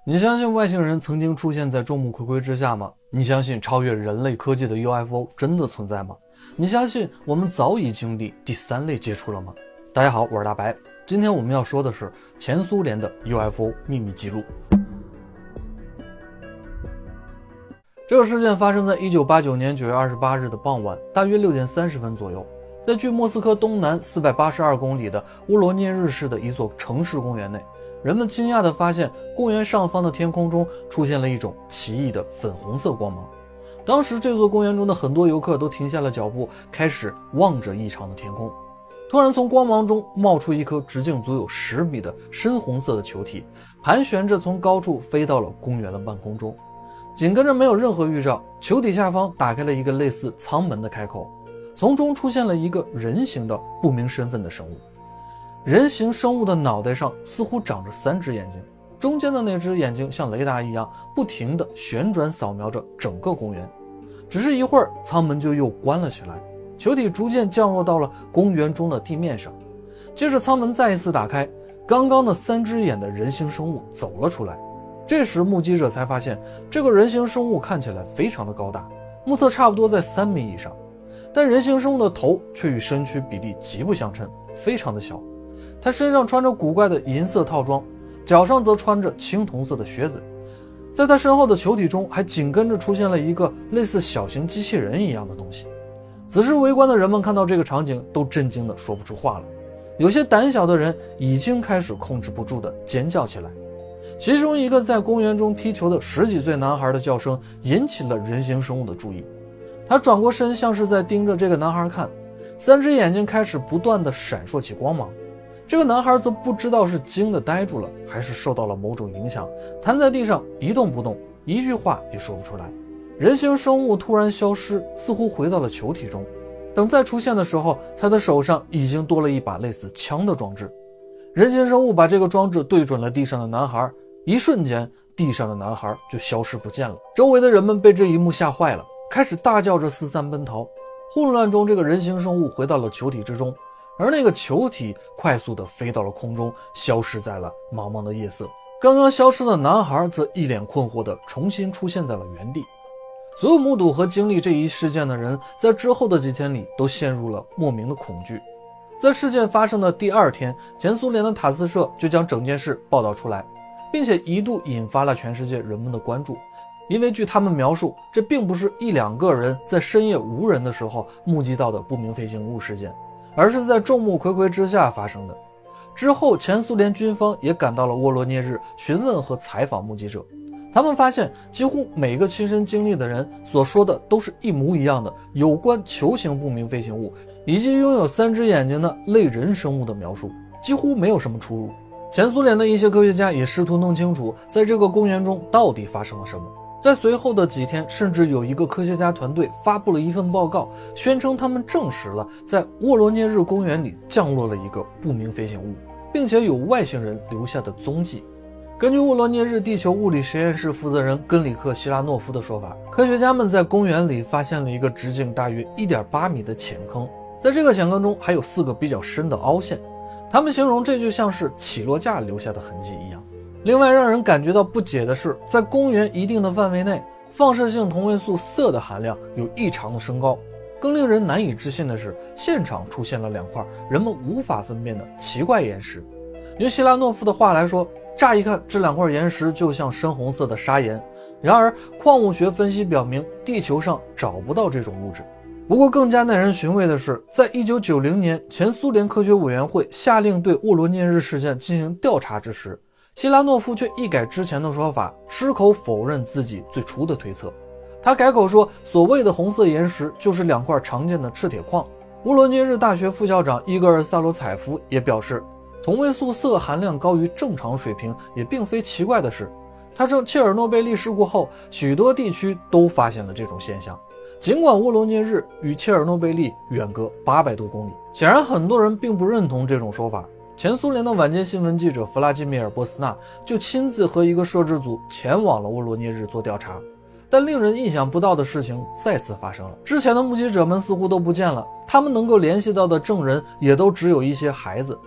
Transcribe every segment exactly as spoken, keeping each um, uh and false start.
你相信外星人曾经出现在众目睽睽之下吗？你相信超越人类科技的 U F O 真的存在吗？你相信我们早已经历第三类接触了吗？大家好，我是大白。今天我们要说的是前苏联的 U F O 秘密记录。这个事件发生在一九八九年九月二十八日的傍晚，大约六点三十分左右，在距莫斯科东南四百八十二公里的乌罗涅日市的一座城市公园内，人们惊讶地发现公园上方的天空中出现了一种奇异的粉红色光芒。当时这座公园中的很多游客都停下了脚步，开始望着异常的天空。突然从光芒中冒出一颗直径足有十米的深红色的球体，盘旋着从高处飞到了公园的半空中。紧跟着没有任何预兆，球体下方打开了一个类似舱门的开口，从中出现了一个人形的不明身份的生物。人形生物的脑袋上似乎长着三只眼睛，中间的那只眼睛像雷达一样不停地旋转扫描着整个公园。只是一会儿，舱门就又关了起来，球体逐渐降落到了公园中的地面上。接着舱门再一次打开，刚刚的三只眼的人形生物走了出来。这时目击者才发现，这个人形生物看起来非常的高大，目测差不多在三米以上，但人形生物的头却与身躯比例极不相称，非常的小。他身上穿着古怪的银色套装，脚上则穿着青铜色的靴子。在他身后的球体中还紧跟着出现了一个类似小型机器人一样的东西。此时围观的人们看到这个场景都震惊的说不出话了，有些胆小的人已经开始控制不住的尖叫起来。其中一个在公园中踢球的十几岁男孩的叫声引起了人形生物的注意，他转过身像是在盯着这个男孩看，三只眼睛开始不断的闪烁起光芒。这个男孩则不知道是惊的呆住了，还是受到了某种影响，瘫在地上一动不动，一句话也说不出来。人形生物突然消失，似乎回到了球体中，等再出现的时候，他的手上已经多了一把类似枪的装置。人形生物把这个装置对准了地上的男孩，一瞬间地上的男孩就消失不见了。周围的人们被这一幕吓坏了，开始大叫着四散奔逃。混乱中，这个人形生物回到了球体之中，而那个球体快速地飞到了空中，消失在了茫茫的夜色。刚刚消失的男孩则一脸困惑地重新出现在了原地。所有目睹和经历这一事件的人在之后的几天里都陷入了莫名的恐惧。在事件发生的第二天，前苏联的塔斯社就将整件事报道出来，并且一度引发了全世界人们的关注。因为据他们描述，这并不是一两个人在深夜无人的时候目击到的不明飞行物事件，而是在众目睽睽之下发生的。之后前苏联军方也赶到了沃罗涅日询问和采访目击者，他们发现几乎每个亲身经历的人所说的都是一模一样的有关球形不明飞行物以及拥有三只眼睛的类人生物的描述，几乎没有什么出入。前苏联的一些科学家也试图弄清楚在这个公园中到底发生了什么。在随后的几天，甚至有一个科学家团队发布了一份报告，宣称他们证实了在沃罗涅日公园里降落了一个不明飞行物，并且有外星人留下的踪迹。根据沃罗涅日地球物理实验室负责人根里克·希拉诺夫的说法，科学家们在公园里发现了一个直径大约 一点八米的浅坑，在这个浅坑中还有四个比较深的凹陷，他们形容这就像是起落架留下的痕迹一样。另外让人感觉到不解的是，在公园一定的范围内，放射性同位素铯的含量有异常的升高。更令人难以置信的是，现场出现了两块人们无法分辨的奇怪岩石。用希拉诺夫的话来说，乍一看这两块岩石就像深红色的砂岩，然而矿物学分析表明地球上找不到这种物质。不过更加耐人寻味的是，在一九九零年前苏联科学委员会下令对沃罗涅日事件进行调查之时，希拉诺夫却一改之前的说法，矢口否认自己最初的推测。他改口说，所谓的红色岩石就是两块常见的赤铁矿。乌罗涅日大学副校长伊戈尔·萨罗采夫也表示，同位素铯含量高于正常水平也并非奇怪的事。他称，切尔诺贝利事故后，许多地区都发现了这种现象，尽管沃罗涅日与切尔诺贝利远隔八百多公里。显然很多人并不认同这种说法。前苏联的晚间新闻记者弗拉基米尔·波斯纳就亲自和一个摄制组前往了沃罗涅日做调查，但令人意想不到的事情再次发生了。之前的目击者们似乎都不见了，他们能够联系到的证人也都只有一些孩子。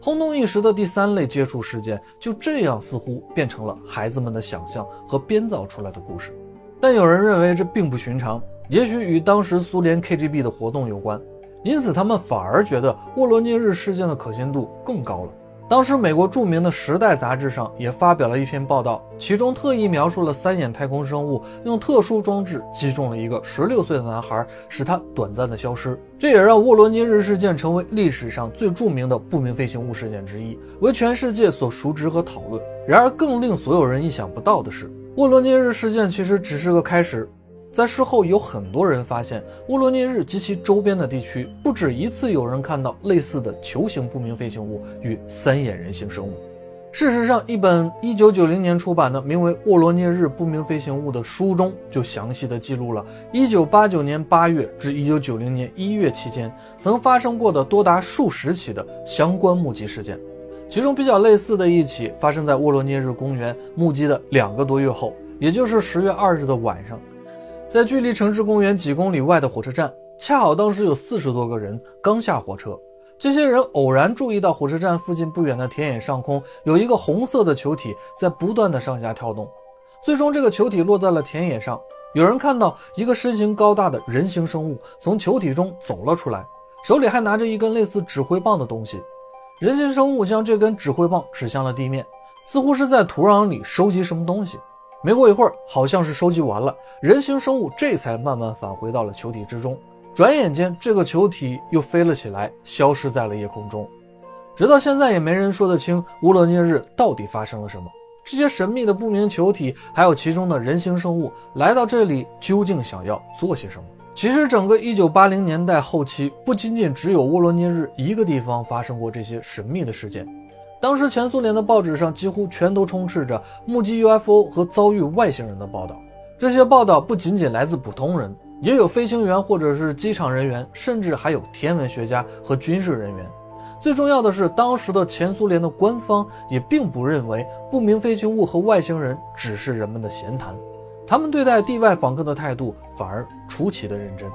轰动一时的第三类接触事件就这样似乎变成了孩子们的想象和编造出来的故事。但有人认为这并不寻常，也许与当时苏联 K G B 的活动有关，因此他们反而觉得沃罗涅日事件的可信度更高了。当时美国著名的《时代》杂志上也发表了一篇报道，其中特意描述了三眼太空生物用特殊装置击中了一个十六岁的男孩，使他短暂的消失。这也让沃罗涅日事件成为历史上最著名的不明飞行物事件之一，为全世界所熟知和讨论。然而更令所有人意想不到的是，沃罗涅日事件其实只是个开始。在事后有很多人发现，沃罗涅日及其周边的地区不止一次有人看到类似的球形不明飞行物与三眼人形生物。事实上，一本一九九零年出版的名为《沃罗涅日不明飞行物》的书中就详细的记录了一九八九年八月至一九九零年一月期间曾发生过的多达数十起的相关目击事件。其中比较类似的一起发生在沃罗涅日公园目击的两个多月后，也就是十月二日的晚上，在距离城市公园几公里外的火车站，恰好当时有四十多个人刚下火车。这些人偶然注意到火车站附近不远的田野上空有一个红色的球体在不断的上下跳动，最终这个球体落在了田野上。有人看到一个身形高大的人形生物从球体中走了出来，手里还拿着一根类似指挥棒的东西。人形生物将这根指挥棒指向了地面，似乎是在土壤里收集什么东西。没过一会儿，好像是收集完了，人形生物这才慢慢返回到了球体之中。转眼间，这个球体又飞了起来，消失在了夜空中。直到现在也没人说得清沃罗涅日到底发生了什么。这些神秘的不明球体还有其中的人形生物来到这里究竟想要做些什么？其实整个一九八零年代后期，不仅仅只有沃罗涅日一个地方发生过这些神秘的事件。当时前苏联的报纸上几乎全都充斥着目击 U F O 和遭遇外星人的报道。这些报道不仅仅来自普通人，也有飞行员或者是机场人员，甚至还有天文学家和军事人员。最重要的是，当时的前苏联的官方也并不认为不明飞行物和外星人只是人们的闲谈，他们对待地外访客的态度反而出奇的认真。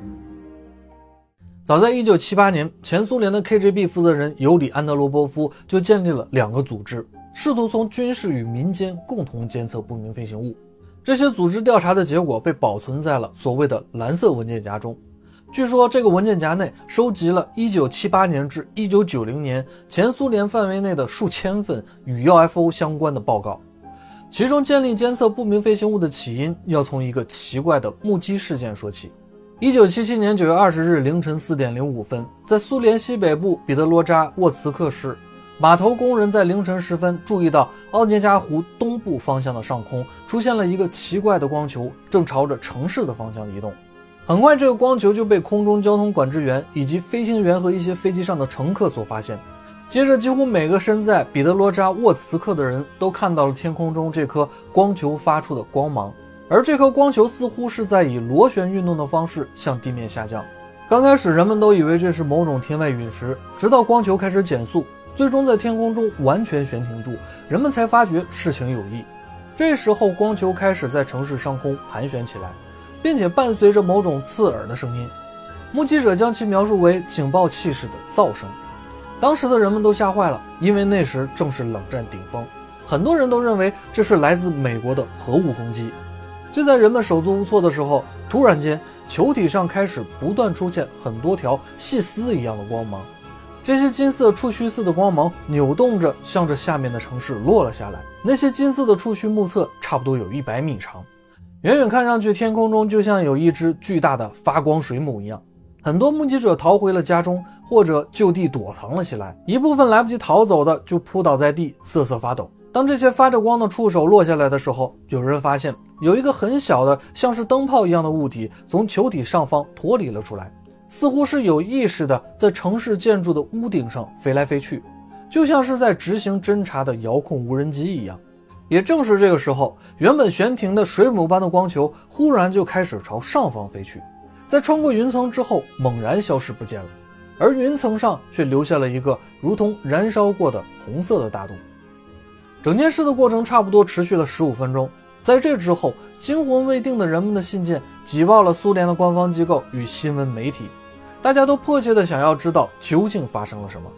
早在一九七八年，前苏联的 K G B 负责人尤里安德罗波夫就建立了两个组织，试图从军事与民间共同监测不明飞行物。这些组织调查的结果被保存在了所谓的蓝色文件夹中。据说这个文件夹内收集了一九七八年至一九九零年前苏联范围内的数千份与 U F O 相关的报告，其中建立监测不明飞行物的起因要从一个奇怪的目击事件说起。一九七七年九月二十日凌晨四点零五分，在苏联西北部彼得罗扎沃茨克市，码头工人在凌晨时分注意到奥涅加湖东部方向的上空出现了一个奇怪的光球，正朝着城市的方向移动。很快这个光球就被空中交通管制员以及飞行员和一些飞机上的乘客所发现。接着几乎每个身在彼得罗扎沃茨克的人都看到了天空中这颗光球发出的光芒，而这颗光球似乎是在以螺旋运动的方式向地面下降。刚开始人们都以为这是某种天外陨石，直到光球开始减速，最终在天空中完全悬停住，人们才发觉事情有异。这时候光球开始在城市上空盘旋起来，并且伴随着某种刺耳的声音，目击者将其描述为警报器式的噪声。当时的人们都吓坏了，因为那时正是冷战顶峰，很多人都认为这是来自美国的核武攻击。就在人们手足无措的时候，突然间球体上开始不断出现很多条细丝一样的光芒，这些金色触须似的光芒扭动着向着下面的城市落了下来，那些金色的触须目测差不多有一百米长，远远看上去天空中就像有一只巨大的发光水母一样。很多目击者逃回了家中，或者就地躲藏了起来，一部分来不及逃走的就扑倒在地瑟瑟发抖。当这些发着光的触手落下来的时候，有人发现有一个很小的像是灯泡一样的物体从球体上方脱离了出来，似乎是有意识的在城市建筑的屋顶上飞来飞去，就像是在执行侦察的遥控无人机一样。也正是这个时候，原本悬停的水母般的光球忽然就开始朝上方飞去，在穿过云层之后猛然消失不见了，而云层上却留下了一个如同燃烧过的红色的大洞。整件事的过程差不多持续了十五分钟，在这之后，惊魂未定的人们的信件挤爆了苏联的官方机构与新闻媒体，大家都迫切地想要知道究竟发生了什么。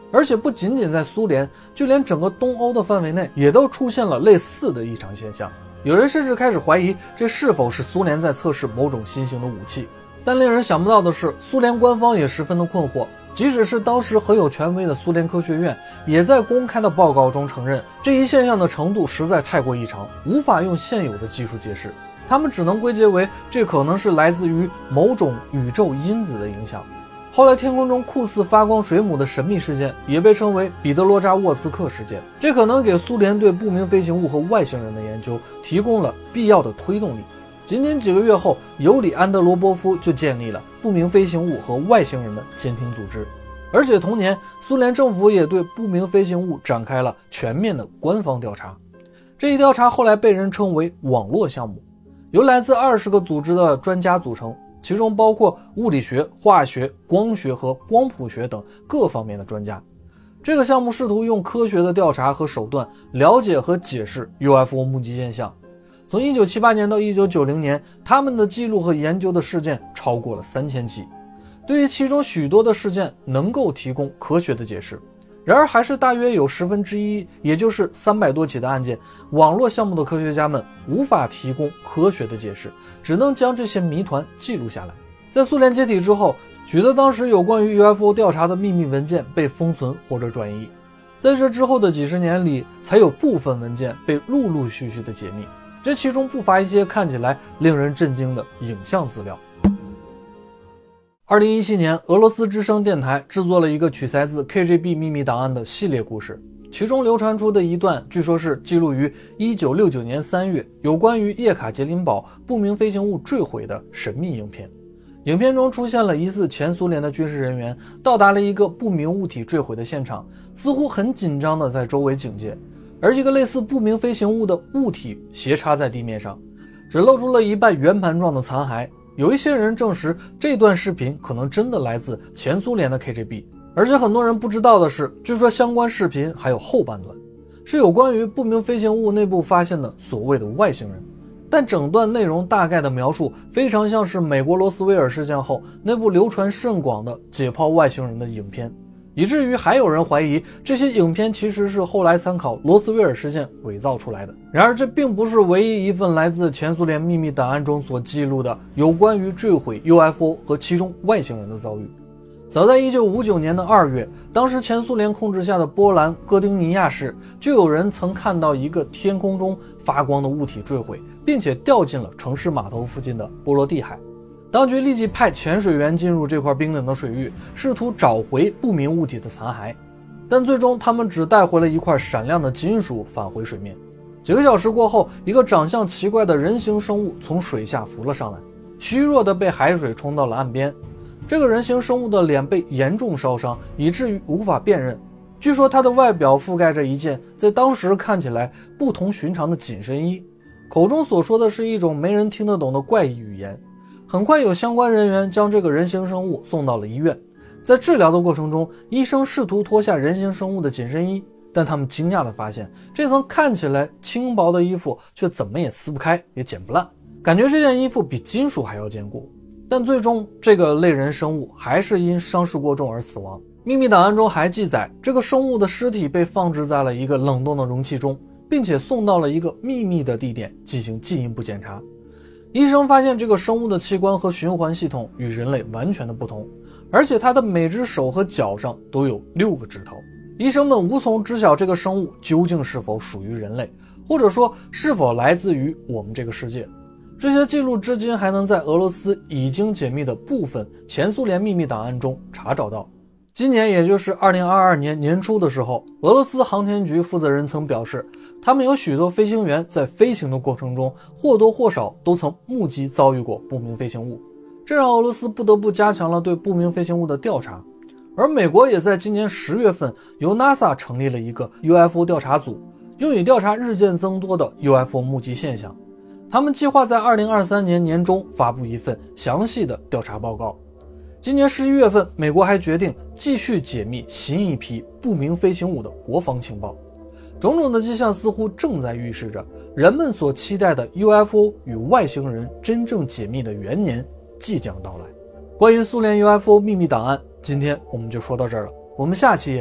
而且不仅仅在苏联，就连整个东欧的范围内也都出现了类似的异常现象。有人甚至开始怀疑这是否是苏联在测试某种新型的武器。但令人想不到的是，苏联官方也十分的困惑，即使是当时很有权威的苏联科学院，也在公开的报告中承认这一现象的程度实在太过异常，无法用现有的技术解释。他们只能归结为这可能是来自于某种宇宙因子的影响。后来天空中酷似发光水母的神秘事件也被称为彼得罗扎沃茨克事件，这可能给苏联对不明飞行物和外星人的研究提供了必要的推动力。仅仅几个月后，尤里安德罗波夫就建立了不明飞行物和外星人的监听组织，而且同年苏联政府也对不明飞行物展开了全面的官方调查。这一调查后来被人称为网络项目，由来自二十个组织的专家组成，其中包括物理学、化学、光学和光谱学等各方面的专家。这个项目试图用科学的调查和手段了解和解释 U F O 目击现象。从一九七八年到一九九零年，他们的记录和研究的事件超过了三千起。对于其中许多的事件能够提供科学的解释，然而还是大约有十分之一，也就是三百多起的案件，网络项目的科学家们无法提供科学的解释，只能将这些谜团记录下来。在苏联解体之后，许多当时有关于 U F O 调查的秘密文件被封存或者转移，在这之后的几十年里，才有部分文件被陆陆续续的解密，这其中不乏一些看起来令人震惊的影像资料。二零一七年，俄罗斯之声电台制作了一个取材自 K G B 秘密档案的系列故事，其中流传出的一段据说是记录于一九六九年三月有关于叶卡捷琳堡不明飞行物坠毁的神秘影片。影片中出现了疑似前苏联的军事人员到达了一个不明物体坠毁的现场，似乎很紧张地在周围警戒，而一个类似不明飞行物的物体斜插在地面上，只露出了一半圆盘状的残骸。有一些人证实这段视频可能真的来自前苏联的 K G B， 而且很多人不知道的是，据说相关视频还有后半段，是有关于不明飞行物内部发现的所谓的外星人。但整段内容大概的描述非常像是美国罗斯威尔事件后那部流传甚广的解剖外星人的影片，以至于还有人怀疑这些影片其实是后来参考罗斯威尔事件伪造出来的。然而这并不是唯一一份来自前苏联秘密档案中所记录的有关于坠毁 U F O 和其中外星人的遭遇。早在一九五九年的二月，当时前苏联控制下的波兰哥丁尼亚市就有人曾看到一个天空中发光的物体坠毁，并且掉进了城市码头附近的波罗的海。当局立即派潜水员进入这块冰冷的水域，试图找回不明物体的残骸，但最终他们只带回了一块闪亮的金属返回水面。几个小时过后，一个长相奇怪的人形生物从水下浮了上来，虚弱地被海水冲到了岸边。这个人形生物的脸被严重烧伤，以至于无法辨认。据说它的外表覆盖着一件在当时看起来不同寻常的紧身衣，口中所说的是一种没人听得懂的怪异语言。很快有相关人员将这个人形生物送到了医院，在治疗的过程中，医生试图脱下人形生物的紧身衣，但他们惊讶地发现，这层看起来轻薄的衣服却怎么也撕不开，也剪不烂，感觉这件衣服比金属还要坚固。但最终这个类人生物还是因伤势过重而死亡。秘密档案中还记载，这个生物的尸体被放置在了一个冷冻的容器中，并且送到了一个秘密的地点进行进一步检查。医生发现这个生物的器官和循环系统与人类完全的不同，而且它的每只手和脚上都有六个指头。医生们无从知晓这个生物究竟是否属于人类，或者说是否来自于我们这个世界。这些记录至今还能在俄罗斯已经解密的部分前苏联秘密档案中查找到。今年也就是二零二二年年初的时候，俄罗斯航天局负责人曾表示，他们有许多飞行员在飞行的过程中或多或少都曾目击遭遇过不明飞行物，这让俄罗斯不得不加强了对不明飞行物的调查。而美国也在今年十月份由 NASA 成立了一个 U F O 调查组，用以调查日渐增多的 U F O 目击现象。他们计划在二零二三年年中发布一份详细的调查报告。今年十一月份，美国还决定继续解密新一批不明飞行物的国防情报。种种的迹象似乎正在预示着人们所期待的 U F O 与外星人真正解密的元年即将到来。关于苏联 U F O 秘密档案，今天我们就说到这儿了，我们下期夜谈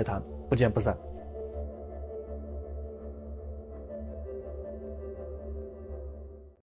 不见不散。